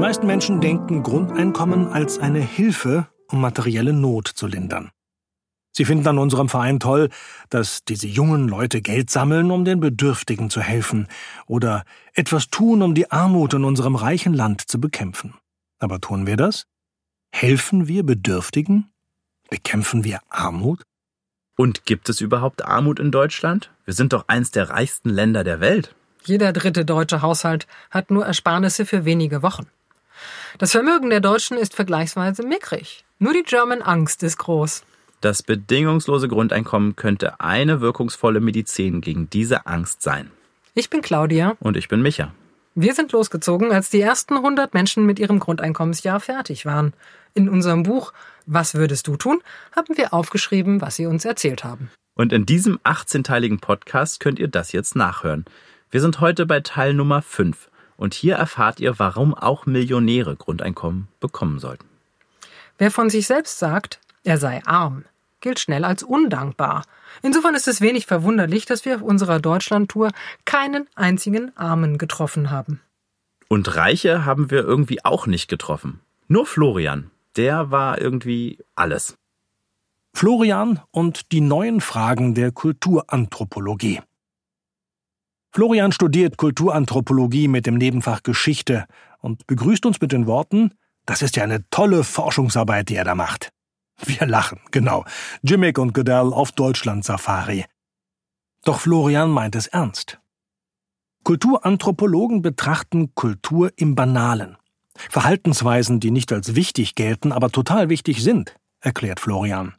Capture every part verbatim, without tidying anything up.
meisten Menschen denken Grundeinkommen als eine Hilfe, um materielle Not zu lindern. Sie finden an unserem Verein toll, dass diese jungen Leute Geld sammeln, um den Bedürftigen zu helfen oder etwas tun, um die Armut in unserem reichen Land zu bekämpfen. Aber tun wir das? Helfen wir Bedürftigen? Bekämpfen wir Armut? Und gibt es überhaupt Armut in Deutschland? Wir sind doch eins der reichsten Länder der Welt. Jeder dritte deutsche Haushalt hat nur Ersparnisse für wenige Wochen. Das Vermögen der Deutschen ist vergleichsweise mickrig. Nur die German Angst ist groß. Das bedingungslose Grundeinkommen könnte eine wirkungsvolle Medizin gegen diese Angst sein. Ich bin Claudia. Und ich bin Micha. Wir sind losgezogen, als die ersten hundert Menschen mit ihrem Grundeinkommensjahr fertig waren. In unserem Buch »Was würdest du tun?« haben wir aufgeschrieben, was sie uns erzählt haben. Und in diesem achtzehnteiligen Podcast könnt ihr das jetzt nachhören. Wir sind heute bei Teil Nummer fünf. Und hier erfahrt ihr, warum auch Millionäre Grundeinkommen bekommen sollten. Wer von sich selbst sagt, er sei arm, gilt schnell als undankbar. Insofern ist es wenig verwunderlich, dass wir auf unserer Deutschlandtour keinen einzigen Armen getroffen haben. Und Reiche haben wir irgendwie auch nicht getroffen. Nur Florian, der war irgendwie alles. Florian und die neuen Fragen der Kulturanthropologie. Florian studiert Kulturanthropologie mit dem Nebenfach Geschichte und begrüßt uns mit den Worten: Das ist ja eine tolle Forschungsarbeit, die er da macht. Wir lachen, genau. Jimmick und Goodell auf Deutschland-Safari. Doch Florian meint es ernst. Kulturanthropologen betrachten Kultur im Banalen. Verhaltensweisen, die nicht als wichtig gelten, aber total wichtig sind, erklärt Florian.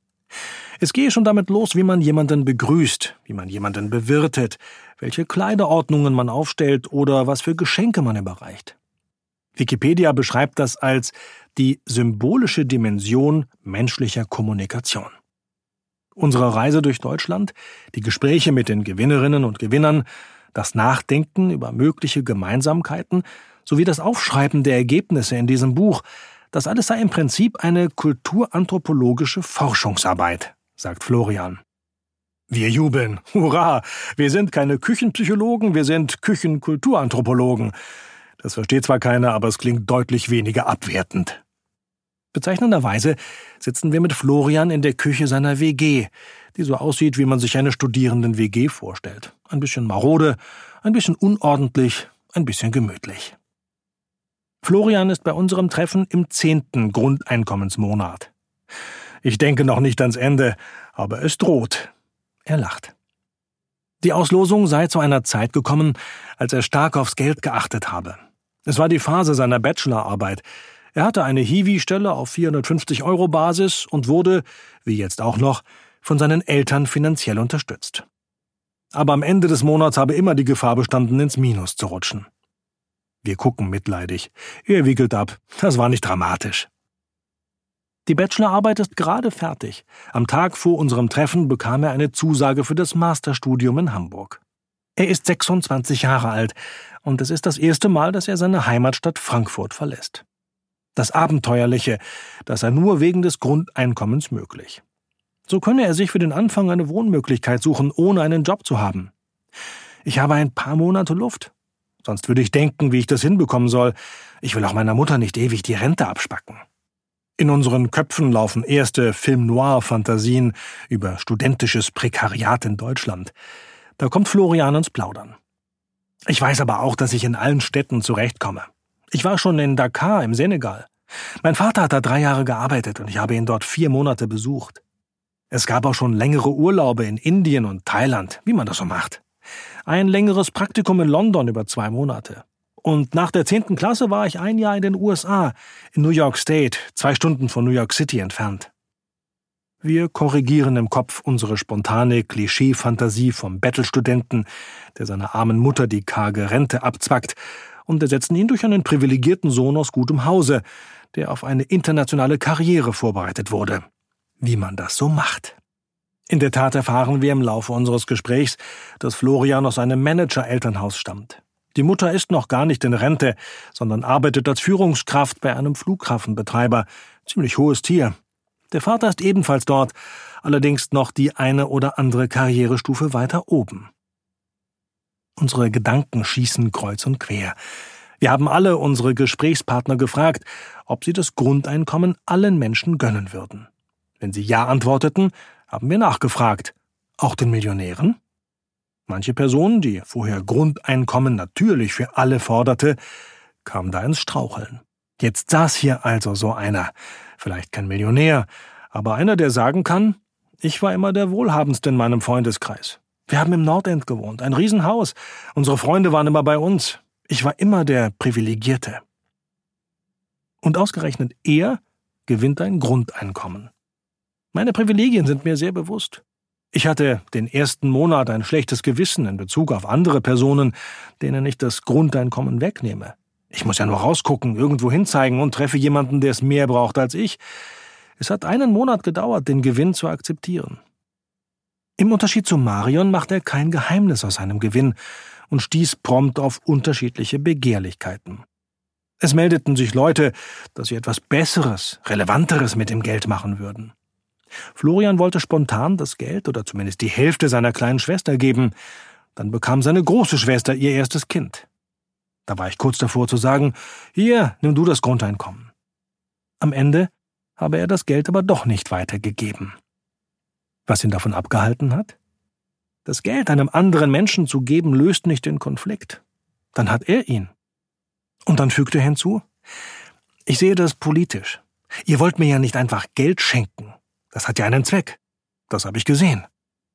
Es gehe schon damit los, wie man jemanden begrüßt, wie man jemanden bewirtet, welche Kleiderordnungen man aufstellt oder was für Geschenke man überreicht. Wikipedia beschreibt das als die symbolische Dimension menschlicher Kommunikation. Unsere Reise durch Deutschland, die Gespräche mit den Gewinnerinnen und Gewinnern, das Nachdenken über mögliche Gemeinsamkeiten sowie das Aufschreiben der Ergebnisse in diesem Buch, das alles sei im Prinzip eine kulturanthropologische Forschungsarbeit, sagt Florian. Wir jubeln. Hurra! Wir sind keine Küchenpsychologen, wir sind Küchenkulturanthropologen. Das versteht zwar keiner, aber es klingt deutlich weniger abwertend. Bezeichnenderweise sitzen wir mit Florian in der Küche seiner W G, die so aussieht, wie man sich eine Studierenden-W G vorstellt. Ein bisschen marode, ein bisschen unordentlich, ein bisschen gemütlich. Florian ist bei unserem Treffen im zehnten Grundeinkommensmonat. Ich denke noch nicht ans Ende, aber es droht. Er lacht. Die Auslosung sei zu einer Zeit gekommen, als er stark aufs Geld geachtet habe. Es war die Phase seiner Bachelorarbeit. Er hatte eine Hiwi-Stelle auf vierhundertfünfzig Euro Basis und wurde, wie jetzt auch noch, von seinen Eltern finanziell unterstützt. Aber am Ende des Monats habe immer die Gefahr bestanden, ins Minus zu rutschen. Wir gucken mitleidig. Er wickelt ab. Das war nicht dramatisch. Die Bachelorarbeit ist gerade fertig. Am Tag vor unserem Treffen bekam er eine Zusage für das Masterstudium in Hamburg. Er ist sechsundzwanzig Jahre alt und es ist das erste Mal, dass er seine Heimatstadt Frankfurt verlässt. Das Abenteuerliche, das sei nur wegen des Grundeinkommens möglich. So könne er sich für den Anfang eine Wohnmöglichkeit suchen, ohne einen Job zu haben. Ich habe ein paar Monate Luft. Sonst würde ich denken, wie ich das hinbekommen soll. Ich will auch meiner Mutter nicht ewig die Rente abspacken. In unseren Köpfen laufen erste Film-Noir-Fantasien über studentisches Prekariat in Deutschland. Da kommt Florian ins Plaudern. Ich weiß aber auch, dass ich in allen Städten zurechtkomme. Ich war schon in Dakar im Senegal. Mein Vater hat da drei Jahre gearbeitet und ich habe ihn dort vier Monate besucht. Es gab auch schon längere Urlaube in Indien und Thailand, wie man das so macht. Ein längeres Praktikum in London über zwei Monate. Und nach der zehnten Klasse war ich ein Jahr in den U S A, in New York State, zwei Stunden von New York City entfernt. Wir korrigieren im Kopf unsere spontane Klischee-Fantasie vom Bettelstudenten, der seiner armen Mutter die karge Rente abzwackt, und ersetzen ihn durch einen privilegierten Sohn aus gutem Hause, der auf eine internationale Karriere vorbereitet wurde. Wie man das so macht. In der Tat erfahren wir im Laufe unseres Gesprächs, dass Florian aus einem Manager-Elternhaus stammt. Die Mutter ist noch gar nicht in Rente, sondern arbeitet als Führungskraft bei einem Flughafenbetreiber. Ziemlich hohes Tier. Der Vater ist ebenfalls dort, allerdings noch die eine oder andere Karrierestufe weiter oben. Unsere Gedanken schießen kreuz und quer. Wir haben alle unsere Gesprächspartner gefragt, ob sie das Grundeinkommen allen Menschen gönnen würden. Wenn sie ja antworteten, haben wir nachgefragt, auch den Millionären? Manche Person, die vorher Grundeinkommen natürlich für alle forderte, kam da ins Straucheln. Jetzt saß hier also so einer, vielleicht kein Millionär, aber einer, der sagen kann, ich war immer der Wohlhabendste in meinem Freundeskreis. Wir haben im Nordend gewohnt, ein Riesenhaus. Unsere Freunde waren immer bei uns. Ich war immer der Privilegierte. Und ausgerechnet er gewinnt ein Grundeinkommen. Meine Privilegien sind mir sehr bewusst. Ich hatte den ersten Monat ein schlechtes Gewissen in Bezug auf andere Personen, denen ich das Grundeinkommen wegnehme. Ich muss ja nur rausgucken, irgendwo hinzeigen und treffe jemanden, der es mehr braucht als ich. Es hat einen Monat gedauert, den Gewinn zu akzeptieren. Im Unterschied zu Marion macht er kein Geheimnis aus seinem Gewinn und stieß prompt auf unterschiedliche Begehrlichkeiten. Es meldeten sich Leute, dass sie etwas Besseres, Relevanteres mit dem Geld machen würden. Florian wollte spontan das Geld oder zumindest die Hälfte seiner kleinen Schwester geben. Dann bekam seine große Schwester ihr erstes Kind. Da war ich kurz davor zu sagen, hier, nimm du das Grundeinkommen. Am Ende habe er das Geld aber doch nicht weitergegeben. Was ihn davon abgehalten hat? Das Geld einem anderen Menschen zu geben, löst nicht den Konflikt. Dann hat er ihn. Und dann fügte er hinzu, ich sehe das politisch. Ihr wollt mir ja nicht einfach Geld schenken. Das hat ja einen Zweck. Das habe ich gesehen.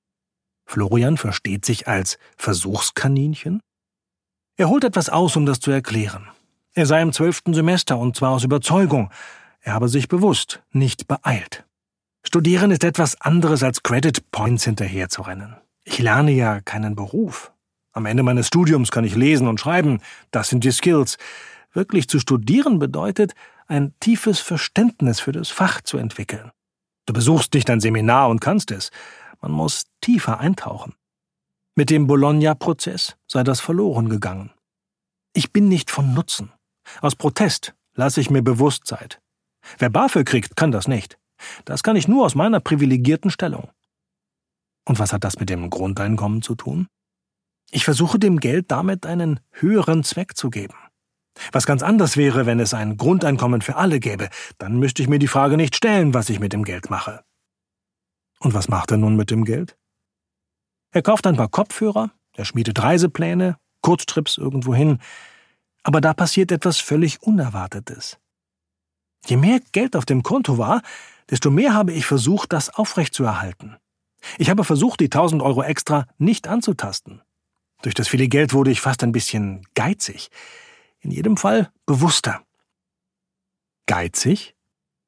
Florian versteht sich als Versuchskaninchen. Er holt etwas aus, um das zu erklären. Er sei im zwölften Semester und zwar aus Überzeugung. Er habe sich bewusst nicht beeilt. Studieren ist etwas anderes als Credit Points hinterherzurennen. Ich lerne ja keinen Beruf. Am Ende meines Studiums kann ich lesen und schreiben. Das sind die Skills. Wirklich zu studieren bedeutet, ein tiefes Verständnis für das Fach zu entwickeln. Du besuchst nicht ein Seminar und kannst es. Man muss tiefer eintauchen. Mit dem Bologna-Prozess sei das verloren gegangen. Ich bin nicht von Nutzen. Aus Protest lasse ich mir bewusst Zeit. Wer BAföG kriegt, kann das nicht. Das kann ich nur aus meiner privilegierten Stellung. Und was hat das mit dem Grundeinkommen zu tun? Ich versuche dem Geld damit einen höheren Zweck zu geben. Was ganz anders wäre, wenn es ein Grundeinkommen für alle gäbe, dann müsste ich mir die Frage nicht stellen, was ich mit dem Geld mache. Und was macht er nun mit dem Geld? Er kauft ein paar Kopfhörer, er schmiedet Reisepläne, Kurztrips irgendwo hin, aber da passiert etwas völlig Unerwartetes. Je mehr Geld auf dem Konto war, desto mehr habe ich versucht, das aufrechtzuerhalten. Ich habe versucht, die tausend Euro extra nicht anzutasten. Durch das viele Geld wurde ich fast ein bisschen geizig. In jedem Fall bewusster. Geizig?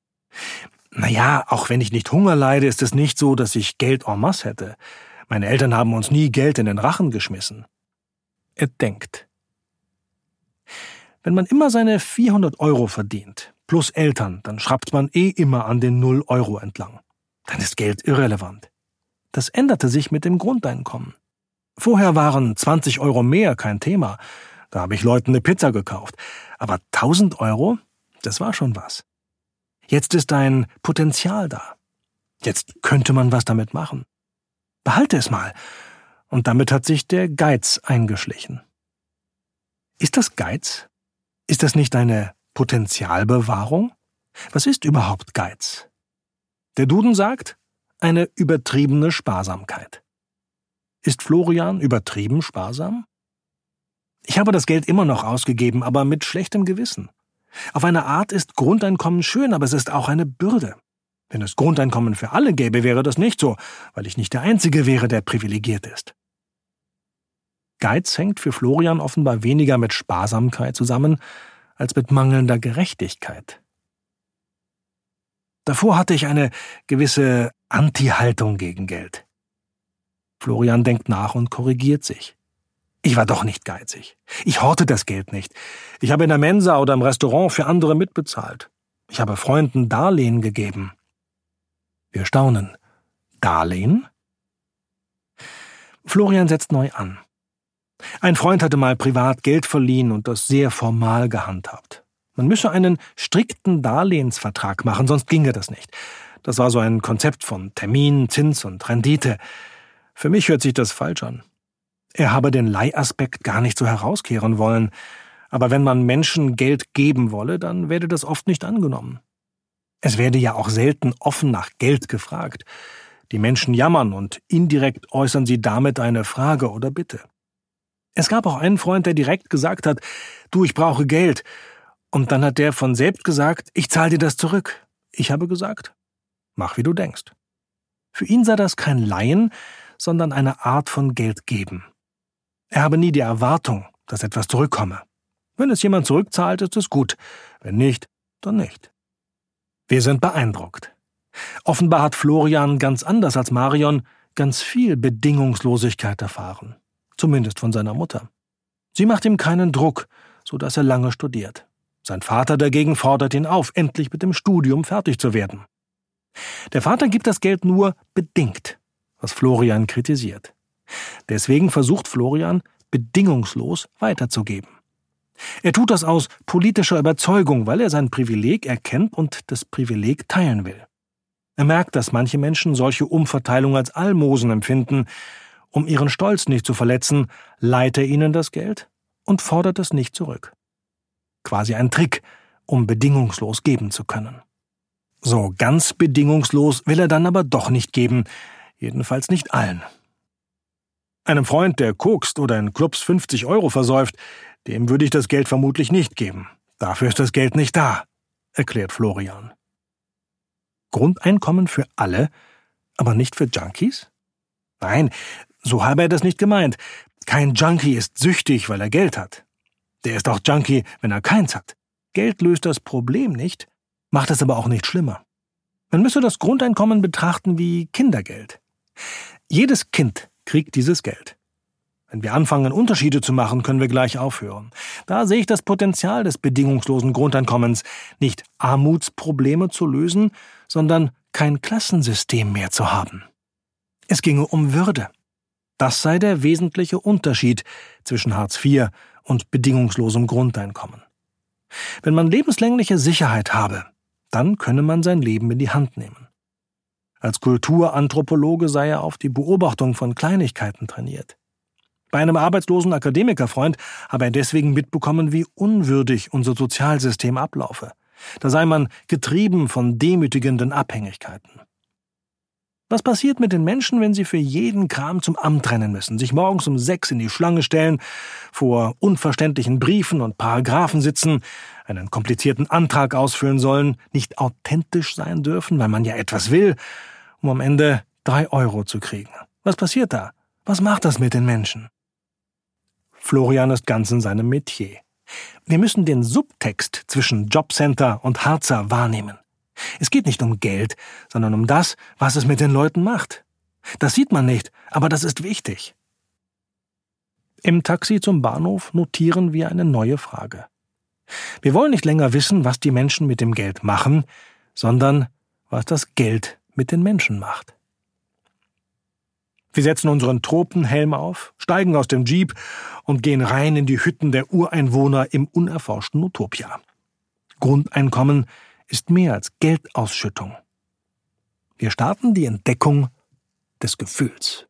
Naja, auch wenn ich nicht Hunger leide, ist es nicht so, dass ich Geld en masse hätte. Meine Eltern haben uns nie Geld in den Rachen geschmissen. Er denkt. Wenn man immer seine vierhundert Euro verdient, plus Eltern, dann schraubt man eh immer an den null Euro entlang. Dann ist Geld irrelevant. Das änderte sich mit dem Grundeinkommen. Vorher waren zwanzig Euro mehr kein Thema. Da habe ich Leuten eine Pizza gekauft. Aber tausend Euro, das war schon was. Jetzt ist ein Potenzial da. Jetzt könnte man was damit machen. Behalte es mal. Und damit hat sich der Geiz eingeschlichen. Ist das Geiz? Ist das nicht eine Potenzialbewahrung? Was ist überhaupt Geiz? Der Duden sagt, eine übertriebene Sparsamkeit. Ist Florian übertrieben sparsam? Ich habe das Geld immer noch ausgegeben, aber mit schlechtem Gewissen. Auf eine Art ist Grundeinkommen schön, aber es ist auch eine Bürde. Wenn es Grundeinkommen für alle gäbe, wäre das nicht so, weil ich nicht der Einzige wäre, der privilegiert ist. Geiz hängt für Florian offenbar weniger mit Sparsamkeit zusammen, als mit mangelnder Gerechtigkeit. Davor hatte ich eine gewisse Anti-Haltung gegen Geld. Florian denkt nach und korrigiert sich. Ich war doch nicht geizig. Ich horte das Geld nicht. Ich habe in der Mensa oder im Restaurant für andere mitbezahlt. Ich habe Freunden Darlehen gegeben. Wir staunen. Darlehen? Florian setzt neu an. Ein Freund hatte mal privat Geld verliehen und das sehr formal gehandhabt. Man müsse einen strikten Darlehensvertrag machen, sonst ginge das nicht. Das war so ein Konzept von Termin, Zins und Rendite. Für mich hört sich das falsch an. Er habe den Leihaspekt gar nicht so herauskehren wollen, Aber wenn man Menschen Geld geben wolle, dann werde das oft nicht angenommen. Es werde ja auch selten offen nach Geld gefragt. Die Menschen jammern und indirekt äußern sie damit eine Frage oder Bitte. Es gab auch einen Freund, der direkt gesagt hat, du, ich brauche Geld. Und dann hat der von selbst gesagt, ich zahle dir das zurück. Ich habe gesagt, mach wie du denkst. Für ihn sei das kein Leihen, sondern eine Art von Geld geben. Er habe nie die Erwartung, dass etwas zurückkomme. Wenn es jemand zurückzahlt, ist es gut. Wenn nicht, dann nicht. Wir sind beeindruckt. Offenbar hat Florian ganz anders als Marion ganz viel Bedingungslosigkeit erfahren. Zumindest von seiner Mutter. Sie macht ihm keinen Druck, so dass er lange studiert. Sein Vater dagegen fordert ihn auf, endlich mit dem Studium fertig zu werden. Der Vater gibt das Geld nur bedingt, was Florian kritisiert. Deswegen versucht Florian, bedingungslos weiterzugeben. Er tut das aus politischer Überzeugung, weil er sein Privileg erkennt und das Privileg teilen will. Er merkt, dass manche Menschen solche Umverteilung als Almosen empfinden. Um ihren Stolz nicht zu verletzen, leiht er ihnen das Geld und fordert es nicht zurück. Quasi ein Trick, um bedingungslos geben zu können. So ganz bedingungslos will er dann aber doch nicht geben, jedenfalls nicht allen. Einem Freund, der kokst oder in Clubs fünfzig Euro versäuft, dem würde ich das Geld vermutlich nicht geben. Dafür ist das Geld nicht da, erklärt Florian. Grundeinkommen für alle, aber nicht für Junkies? Nein, so habe er das nicht gemeint. Kein Junkie ist süchtig, weil er Geld hat. Der ist auch Junkie, wenn er keins hat. Geld löst das Problem nicht, macht es aber auch nicht schlimmer. Man müsse das Grundeinkommen betrachten wie Kindergeld. Jedes Kind kriegt dieses Geld. Wenn wir anfangen, Unterschiede zu machen, können wir gleich aufhören. Da sehe ich das Potenzial des bedingungslosen Grundeinkommens, nicht Armutsprobleme zu lösen, sondern kein Klassensystem mehr zu haben. Es ginge um Würde. Das sei der wesentliche Unterschied zwischen Hartz vier und bedingungslosem Grundeinkommen. Wenn man lebenslängliche Sicherheit habe, dann könne man sein Leben in die Hand nehmen. Als Kulturanthropologe sei er auf die Beobachtung von Kleinigkeiten trainiert. Bei einem arbeitslosen Akademikerfreund habe er deswegen mitbekommen, wie unwürdig unser Sozialsystem ablaufe. Da sei man getrieben von demütigenden Abhängigkeiten. Was passiert mit den Menschen, wenn sie für jeden Kram zum Amt rennen müssen, sich morgens um sechs in die Schlange stellen, vor unverständlichen Briefen und Paragraphen sitzen, einen komplizierten Antrag ausfüllen sollen, nicht authentisch sein dürfen, weil man ja etwas will, um am Ende drei Euro zu kriegen? Was passiert da? Was macht das mit den Menschen? Florian ist ganz in seinem Metier. Wir müssen den Subtext zwischen Jobcenter und Harzer wahrnehmen. Es geht nicht um Geld, sondern um das, was es mit den Leuten macht. Das sieht man nicht, aber das ist wichtig. Im Taxi zum Bahnhof notieren wir eine neue Frage. Wir wollen nicht länger wissen, was die Menschen mit dem Geld machen, sondern was das Geld mit den Menschen macht. Wir setzen unseren Tropenhelm auf, steigen aus dem Jeep und gehen rein in die Hütten der Ureinwohner im unerforschten Utopia. Grundeinkommen ist mehr als Geldausschüttung. Wir starten die Entdeckung des Gefühls.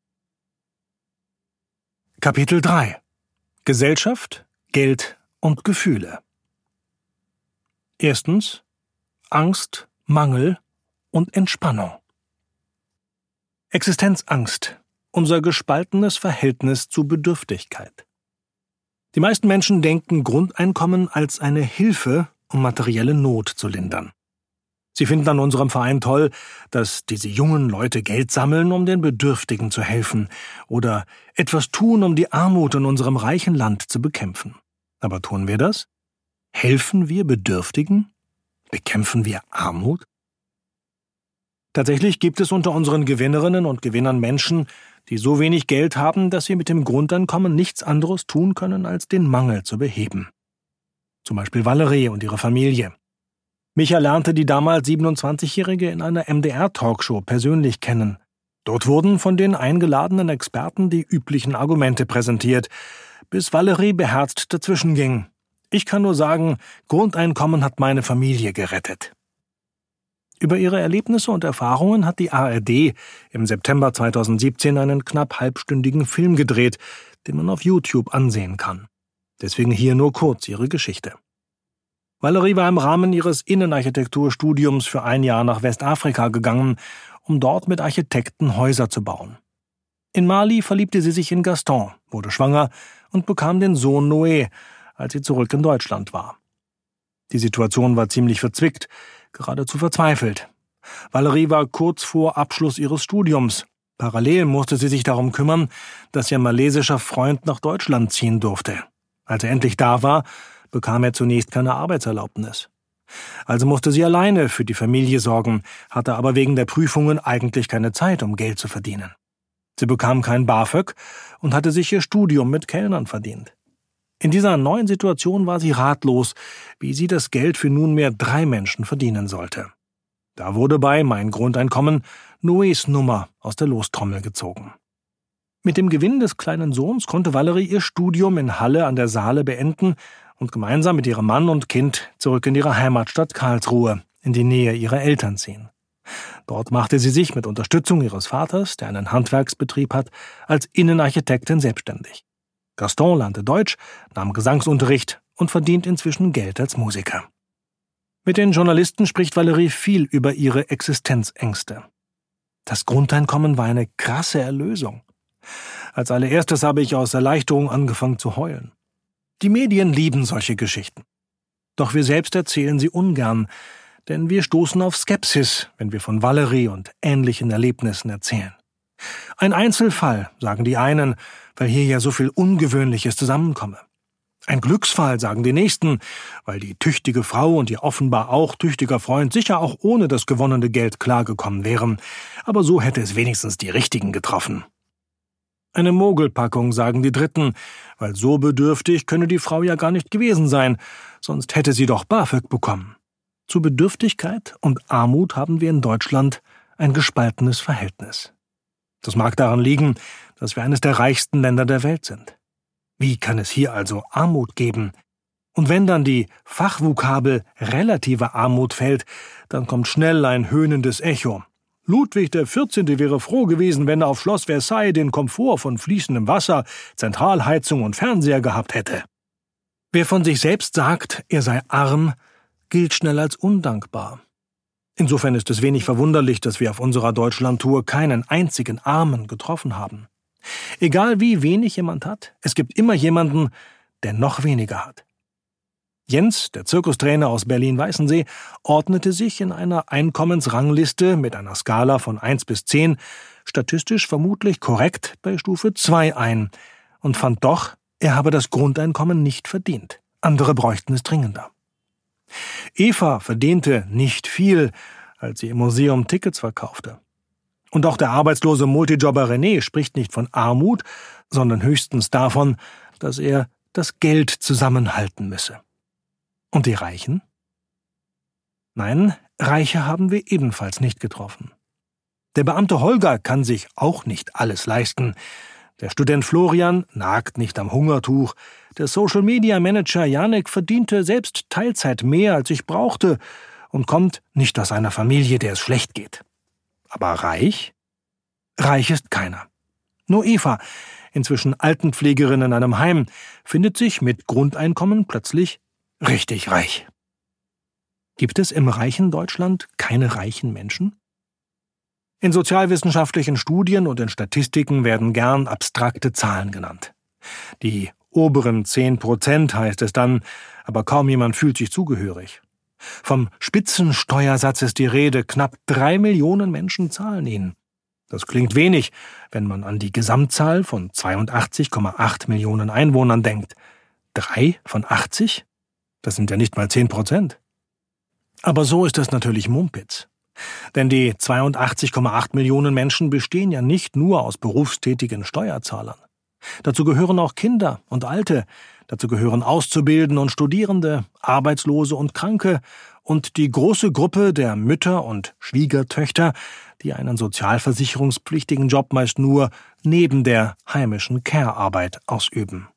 Kapitel drei: Gesellschaft, Geld und Gefühle. Erstens: Angst, Mangel und Entspannung. Existenzangst, unser gespaltenes Verhältnis zu Bedürftigkeit. Die meisten Menschen denken Grundeinkommen als eine Hilfe, um materielle Not zu lindern. Sie finden an unserem Verein toll, dass diese jungen Leute Geld sammeln, um den Bedürftigen zu helfen oder etwas tun, um die Armut in unserem reichen Land zu bekämpfen. Aber tun wir das? Helfen wir Bedürftigen? Bekämpfen wir Armut? Tatsächlich gibt es unter unseren Gewinnerinnen und Gewinnern Menschen, die so wenig Geld haben, dass sie mit dem Grundeinkommen nichts anderes tun können, als den Mangel zu beheben. Zum Beispiel Valerie und ihre Familie. Micha lernte die damals siebenundzwanzigjährige in einer M D R-Talkshow persönlich kennen. Dort wurden von den eingeladenen Experten die üblichen Argumente präsentiert, bis Valerie beherzt dazwischen ging. Ich kann nur sagen, Grundeinkommen hat meine Familie gerettet. Über ihre Erlebnisse und Erfahrungen hat die A R D im September zweitausendsiebzehn einen knapp halbstündigen Film gedreht, den man auf YouTube ansehen kann. Deswegen hier nur kurz ihre Geschichte. Valerie war im Rahmen ihres Innenarchitekturstudiums für ein Jahr nach Westafrika gegangen, um dort mit Architekten Häuser zu bauen. In Mali verliebte sie sich in Gaston, wurde schwanger und bekam den Sohn Noé, als sie zurück in Deutschland war. Die Situation war ziemlich verzwickt, geradezu verzweifelt. Valerie war kurz vor Abschluss ihres Studiums. Parallel musste sie sich darum kümmern, dass ihr malesischer Freund nach Deutschland ziehen durfte. Als er endlich da war, bekam er zunächst keine Arbeitserlaubnis. Also musste sie alleine für die Familie sorgen, hatte aber wegen der Prüfungen eigentlich keine Zeit, um Geld zu verdienen. Sie bekam kein BAföG und hatte sich ihr Studium mit Kellnern verdient. In dieser neuen Situation war sie ratlos, wie sie das Geld für nunmehr drei Menschen verdienen sollte. Da wurde bei Mein Grundeinkommen Noés Nummer aus der Lostrommel gezogen. Mit dem Gewinn des kleinen Sohns konnte Valerie ihr Studium in Halle an der Saale beenden und gemeinsam mit ihrem Mann und Kind zurück in ihre Heimatstadt Karlsruhe, in die Nähe ihrer Eltern ziehen. Dort machte sie sich mit Unterstützung ihres Vaters, der einen Handwerksbetrieb hat, als Innenarchitektin selbstständig. Gaston lernte Deutsch, nahm Gesangsunterricht und verdient inzwischen Geld als Musiker. Mit den Journalisten spricht Valerie viel über ihre Existenzängste. Das Grundeinkommen war eine krasse Erlösung. Als allererstes habe ich aus Erleichterung angefangen zu heulen. Die Medien lieben solche Geschichten. Doch wir selbst erzählen sie ungern, denn wir stoßen auf Skepsis, wenn wir von Valerie und ähnlichen Erlebnissen erzählen. Ein Einzelfall, sagen die einen, weil hier ja so viel Ungewöhnliches zusammenkomme. Ein Glücksfall, sagen die Nächsten, weil die tüchtige Frau und ihr offenbar auch tüchtiger Freund sicher auch ohne das gewonnene Geld klargekommen wären, aber so hätte es wenigstens die Richtigen getroffen. Eine Mogelpackung, sagen die Dritten, weil so bedürftig könne die Frau ja gar nicht gewesen sein, sonst hätte sie doch BAföG bekommen. Zu Bedürftigkeit und Armut haben wir in Deutschland ein gespaltenes Verhältnis. Das mag daran liegen, dass wir eines der reichsten Länder der Welt sind. Wie kann es hier also Armut geben? Und wenn dann die Fachvokabel relative Armut fällt, dann kommt schnell ein höhnendes Echo. Ludwig der vierzehnte wäre froh gewesen, wenn er auf Schloss Versailles den Komfort von fließendem Wasser, Zentralheizung und Fernseher gehabt hätte. Wer von sich selbst sagt, er sei arm, gilt schnell als undankbar. Insofern ist es wenig verwunderlich, dass wir auf unserer Deutschlandtour keinen einzigen Armen getroffen haben. Egal wie wenig jemand hat, es gibt immer jemanden, der noch weniger hat. Jens, der Zirkustrainer aus Berlin-Weißensee, ordnete sich in einer Einkommensrangliste mit einer Skala von eins bis zehn statistisch vermutlich korrekt bei Stufe zwei ein und fand doch, er habe das Grundeinkommen nicht verdient. Andere bräuchten es dringender. Eva verdiente nicht viel, als sie im Museum Tickets verkaufte. Und auch der arbeitslose Multijobber René spricht nicht von Armut, sondern höchstens davon, dass er das Geld zusammenhalten müsse. Und die Reichen? Nein, Reiche haben wir ebenfalls nicht getroffen. Der Beamte Holger kann sich auch nicht alles leisten. Der Student Florian nagt nicht am Hungertuch. Der Social-Media-Manager Janek verdiente selbst Teilzeit mehr, als ich brauchte, und kommt nicht aus einer Familie, der es schlecht geht. Aber reich? Reich ist keiner. Nur Eva, inzwischen Altenpflegerin in einem Heim, findet sich mit Grundeinkommen plötzlich richtig reich. Gibt es im reichen Deutschland keine reichen Menschen? In sozialwissenschaftlichen Studien und in Statistiken werden gern abstrakte Zahlen genannt. Die oberen zehn Prozent heißt es dann, aber kaum jemand fühlt sich zugehörig. Vom Spitzensteuersatz ist die Rede, knapp drei Millionen Menschen zahlen ihn. Das klingt wenig, wenn man an die Gesamtzahl von zweiundachtzig Komma acht Millionen Einwohnern denkt. Drei von achtzig? Das sind ja nicht mal zehn Prozent. Aber so ist es natürlich Mumpitz. Denn die zweiundachtzig Komma acht Millionen Menschen bestehen ja nicht nur aus berufstätigen Steuerzahlern. Dazu gehören auch Kinder und Alte, dazu gehören Auszubildende und Studierende, Arbeitslose und Kranke und die große Gruppe der Mütter und Schwiegertöchter, die einen sozialversicherungspflichtigen Job meist nur neben der heimischen Care-Arbeit ausüben.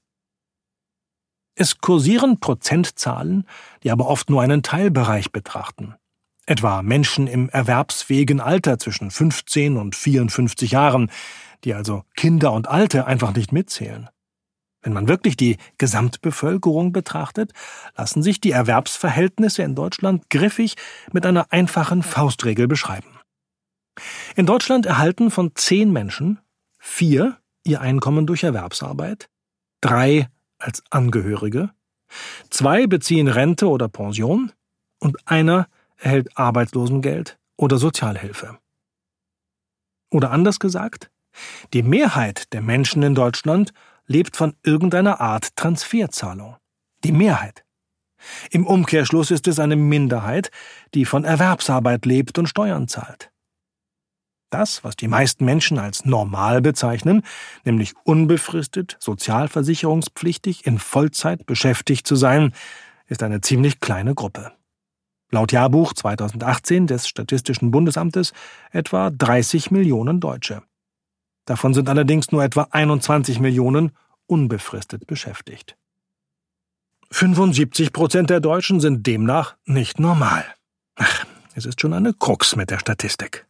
Es kursieren Prozentzahlen, die aber oft nur einen Teilbereich betrachten. Etwa Menschen im erwerbsfähigen Alter zwischen fünfzehn und vierundfünfzig Jahren, die also Kinder und Alte einfach nicht mitzählen. Wenn man wirklich die Gesamtbevölkerung betrachtet, lassen sich die Erwerbsverhältnisse in Deutschland griffig mit einer einfachen Faustregel beschreiben. In Deutschland erhalten von zehn Menschen vier ihr Einkommen durch Erwerbsarbeit, drei als Angehörige, zwei beziehen Rente oder Pension und einer erhält Arbeitslosengeld oder Sozialhilfe. Oder anders gesagt, die Mehrheit der Menschen in Deutschland lebt von irgendeiner Art Transferzahlung. Die Mehrheit. Im Umkehrschluss ist es eine Minderheit, die von Erwerbsarbeit lebt und Steuern zahlt. Das, was die meisten Menschen als normal bezeichnen, nämlich unbefristet, sozialversicherungspflichtig, in Vollzeit beschäftigt zu sein, ist eine ziemlich kleine Gruppe. Laut Jahrbuch zweitausendachtzehn des Statistischen Bundesamtes etwa dreißig Millionen Deutsche. Davon sind allerdings nur etwa einundzwanzig Millionen unbefristet beschäftigt. fünfundsiebzig Prozent der Deutschen sind demnach nicht normal. Ach, es ist schon eine Krux mit der Statistik.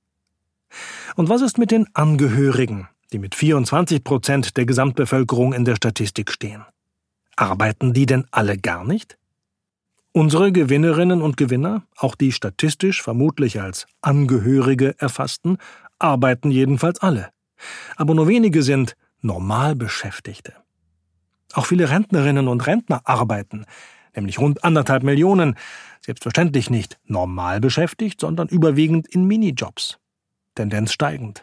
Und was ist mit den Angehörigen, die mit vierundzwanzig Prozent der Gesamtbevölkerung in der Statistik stehen? Arbeiten die denn alle gar nicht? Unsere Gewinnerinnen und Gewinner, auch die statistisch vermutlich als Angehörige erfassten, arbeiten jedenfalls alle. Aber nur wenige sind Normalbeschäftigte. Auch viele Rentnerinnen und Rentner arbeiten, nämlich rund anderthalb Millionen, selbstverständlich nicht normal beschäftigt, sondern überwiegend in Minijobs. Tendenz steigend.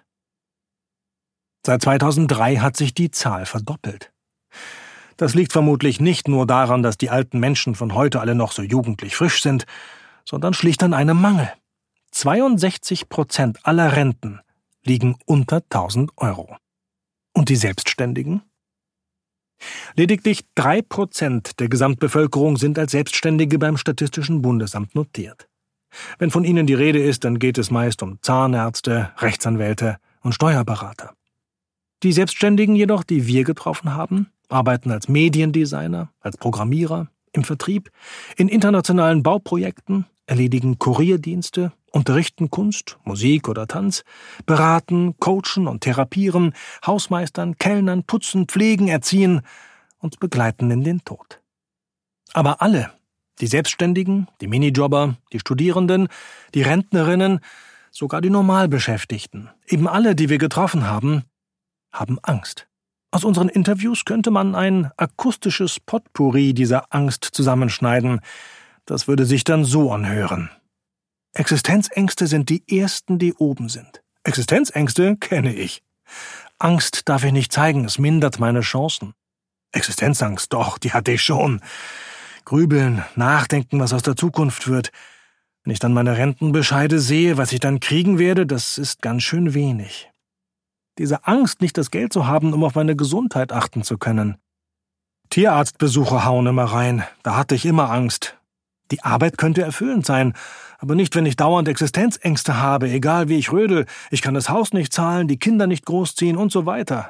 Seit zweitausenddrei hat sich die Zahl verdoppelt. Das liegt vermutlich nicht nur daran, dass die alten Menschen von heute alle noch so jugendlich frisch sind, sondern schlicht an einem Mangel. zweiundsechzig Prozent aller Renten liegen unter tausend Euro. Und die Selbstständigen? Lediglich drei Prozent der Gesamtbevölkerung sind als Selbstständige beim Statistischen Bundesamt notiert. Wenn von ihnen die Rede ist, dann geht es meist um Zahnärzte, Rechtsanwälte und Steuerberater. Die Selbstständigen jedoch, die wir getroffen haben, arbeiten als Mediendesigner, als Programmierer, im Vertrieb, in internationalen Bauprojekten, erledigen Kurierdienste, unterrichten Kunst, Musik oder Tanz, beraten, coachen und therapieren, Hausmeistern, Kellnern, putzen, pflegen, erziehen und begleiten in den Tod. Aber alle, die Selbstständigen, die Minijobber, die Studierenden, die Rentnerinnen, sogar die Normalbeschäftigten, eben alle, die wir getroffen haben, haben Angst. Aus unseren Interviews könnte man ein akustisches Potpourri dieser Angst zusammenschneiden. Das würde sich dann so anhören. Existenzängste sind die ersten, die oben sind. Existenzängste kenne ich. Angst darf ich nicht zeigen, es mindert meine Chancen. Existenzangst, doch, die hatte ich schon. Grübeln, nachdenken, was aus der Zukunft wird. Wenn ich dann meine Rentenbescheide sehe, was ich dann kriegen werde, das ist ganz schön wenig. Diese Angst, nicht das Geld zu haben, um auf meine Gesundheit achten zu können. Tierarztbesuche hauen immer rein, da hatte ich immer Angst. Die Arbeit könnte erfüllend sein, aber nicht, wenn ich dauernd Existenzängste habe, egal wie ich rödel, ich kann das Haus nicht zahlen, die Kinder nicht großziehen und so weiter.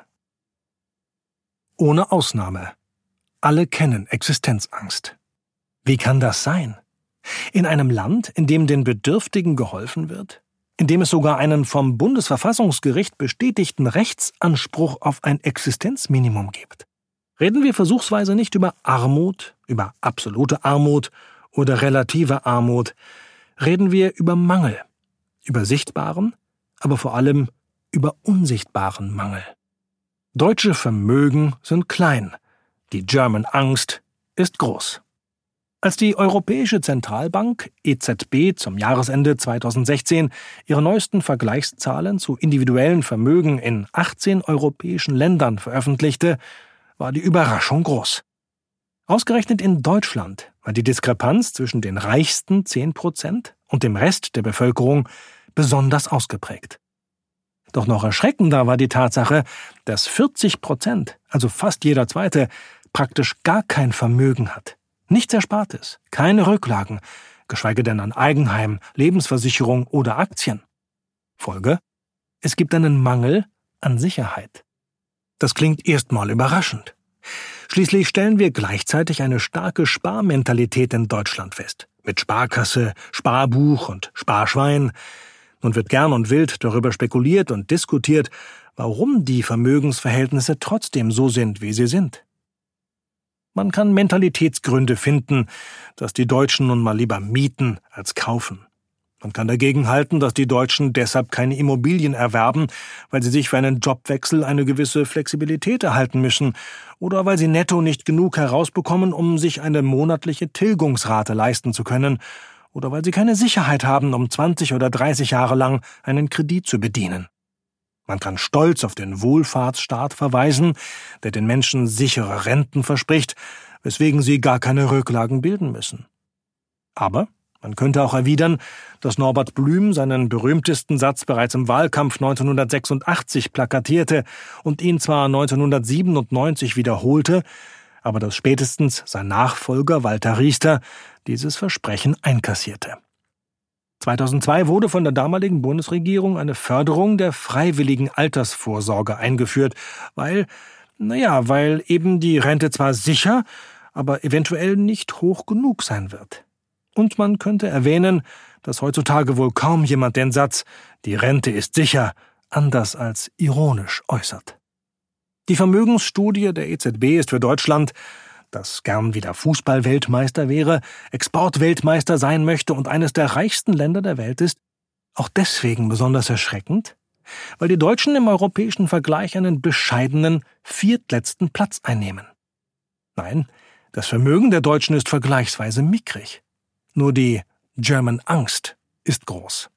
Ohne Ausnahme. Alle kennen Existenzangst. Wie kann das sein? In einem Land, in dem den Bedürftigen geholfen wird? In dem es sogar einen vom Bundesverfassungsgericht bestätigten Rechtsanspruch auf ein Existenzminimum gibt? Reden wir versuchsweise nicht über Armut, über absolute Armut oder relative Armut. Reden wir über Mangel, über sichtbaren, aber vor allem über unsichtbaren Mangel. Deutsche Vermögen sind klein, die German Angst ist groß. Als die Europäische Zentralbank E Z B zum Jahresende zweitausendsechzehn ihre neuesten Vergleichszahlen zu individuellen Vermögen in achtzehn europäischen Ländern veröffentlichte, war die Überraschung groß. Ausgerechnet in Deutschland war die Diskrepanz zwischen den reichsten zehn Prozent und dem Rest der Bevölkerung besonders ausgeprägt. Doch noch erschreckender war die Tatsache, dass vierzig Prozent, also fast jeder Zweite, praktisch gar kein Vermögen hat. Nichts Erspartes, keine Rücklagen, geschweige denn an Eigenheim, Lebensversicherung oder Aktien. Folge: Es gibt einen Mangel an Sicherheit. Das klingt erstmal überraschend. Schließlich stellen wir gleichzeitig eine starke Sparmentalität in Deutschland fest. Mit Sparkasse, Sparbuch und Sparschwein. Nun wird gern und wild darüber spekuliert und diskutiert, warum die Vermögensverhältnisse trotzdem so sind, wie sie sind. Man kann Mentalitätsgründe finden, dass die Deutschen nun mal lieber mieten als kaufen. Man kann dagegen halten, dass die Deutschen deshalb keine Immobilien erwerben, weil sie sich für einen Jobwechsel eine gewisse Flexibilität erhalten müssen oder weil sie netto nicht genug herausbekommen, um sich eine monatliche Tilgungsrate leisten zu können oder weil sie keine Sicherheit haben, um zwanzig oder dreißig Jahre lang einen Kredit zu bedienen. Man kann stolz auf den Wohlfahrtsstaat verweisen, der den Menschen sichere Renten verspricht, weswegen sie gar keine Rücklagen bilden müssen. Aber man könnte auch erwidern, dass Norbert Blüm seinen berühmtesten Satz bereits im Wahlkampf neunzehnhundertsechsundachtzig plakatierte und ihn zwar neunzehnhundertsiebenundneunzig wiederholte, aber dass spätestens sein Nachfolger Walter Riester dieses Versprechen einkassierte. zweitausendzwei wurde von der damaligen Bundesregierung eine Förderung der freiwilligen Altersvorsorge eingeführt, weil, naja, weil eben die Rente zwar sicher, aber eventuell nicht hoch genug sein wird. Und man könnte erwähnen, dass heutzutage wohl kaum jemand den Satz »Die Rente ist sicher« anders als ironisch äußert. Die Vermögensstudie der E Z B ist für Deutschland, das gern wieder Fußball-Weltmeister wäre, Exportweltmeister sein möchte und eines der reichsten Länder der Welt ist, auch deswegen besonders erschreckend, weil die Deutschen im europäischen Vergleich einen bescheidenen viertletzten Platz einnehmen. Nein, das Vermögen der Deutschen ist vergleichsweise mickrig. Nur die German Angst ist groß.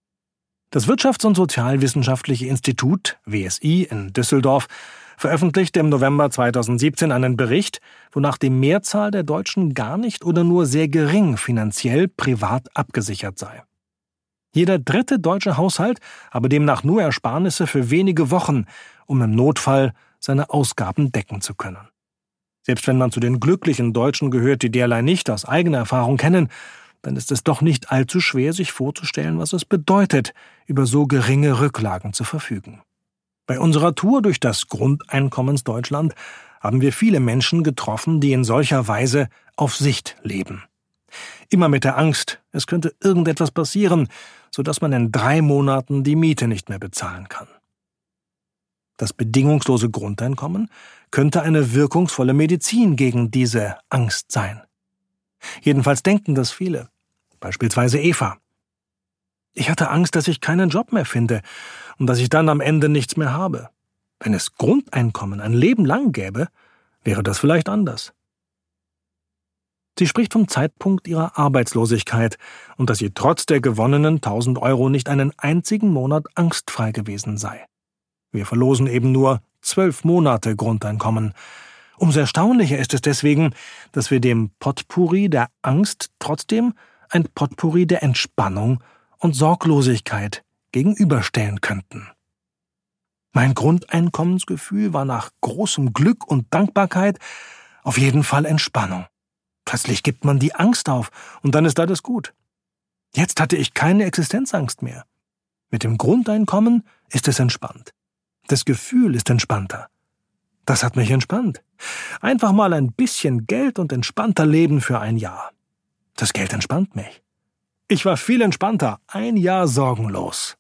Das Wirtschafts- und Sozialwissenschaftliche Institut, W S I, in Düsseldorf, veröffentlichte im November zweitausendsiebzehn einen Bericht, wonach die Mehrzahl der Deutschen gar nicht oder nur sehr gering finanziell privat abgesichert sei. Jeder dritte deutsche Haushalt habe demnach nur Ersparnisse für wenige Wochen, um im Notfall seine Ausgaben decken zu können. Selbst wenn man zu den glücklichen Deutschen gehört, die derlei nicht aus eigener Erfahrung kennen, dann ist es doch nicht allzu schwer, sich vorzustellen, was es bedeutet, über so geringe Rücklagen zu verfügen. Bei unserer Tour durch das Grundeinkommensdeutschland haben wir viele Menschen getroffen, die in solcher Weise auf Sicht leben. Immer mit der Angst, es könnte irgendetwas passieren, sodass man in drei Monaten die Miete nicht mehr bezahlen kann. Das bedingungslose Grundeinkommen könnte eine wirkungsvolle Medizin gegen diese Angst sein. Jedenfalls denken das viele, beispielsweise Eva. Ich hatte Angst, dass ich keinen Job mehr finde und dass ich dann am Ende nichts mehr habe. Wenn es Grundeinkommen ein Leben lang gäbe, wäre das vielleicht anders. Sie spricht vom Zeitpunkt ihrer Arbeitslosigkeit und dass sie trotz der gewonnenen tausend Euro nicht einen einzigen Monat angstfrei gewesen sei. Wir verlosen eben nur zwölf Monate Grundeinkommen. Umso erstaunlicher ist es deswegen, dass wir dem Potpourri der Angst trotzdem ein Potpourri der Entspannung und Sorglosigkeit gegenüberstellen könnten. Mein Grundeinkommensgefühl war nach großem Glück und Dankbarkeit auf jeden Fall Entspannung. Plötzlich gibt man die Angst auf und dann ist alles gut. Jetzt hatte ich keine Existenzangst mehr. Mit dem Grundeinkommen ist es entspannt. Das Gefühl ist entspannter. Das hat mich entspannt. Einfach mal ein bisschen Geld und entspannter leben für ein Jahr. Das Geld entspannt mich. Ich war viel entspannter, ein Jahr sorgenlos.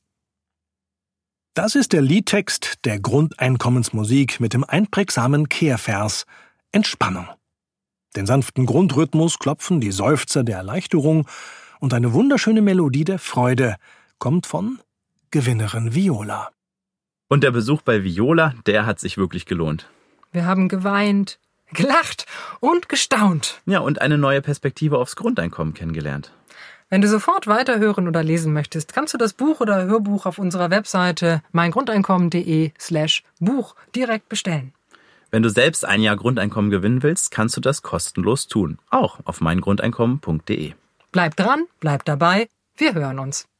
Das ist der Liedtext der Grundeinkommensmusik mit dem einprägsamen Kehrvers Entspannung. Den sanften Grundrhythmus klopfen die Seufzer der Erleichterung und eine wunderschöne Melodie der Freude kommt von Gewinnerin Viola. Und der Besuch bei Viola, der hat sich wirklich gelohnt. Wir haben geweint, gelacht und gestaunt. Ja, und eine neue Perspektive aufs Grundeinkommen kennengelernt. Wenn du sofort weiterhören oder lesen möchtest, kannst du das Buch oder Hörbuch auf unserer Webseite meingrundeinkommen.de slash Buch direkt bestellen. Wenn du selbst ein Jahr Grundeinkommen gewinnen willst, kannst du das kostenlos tun. Auch auf meingrundeinkommen punkt de. Bleib dran, bleib dabei, wir hören uns.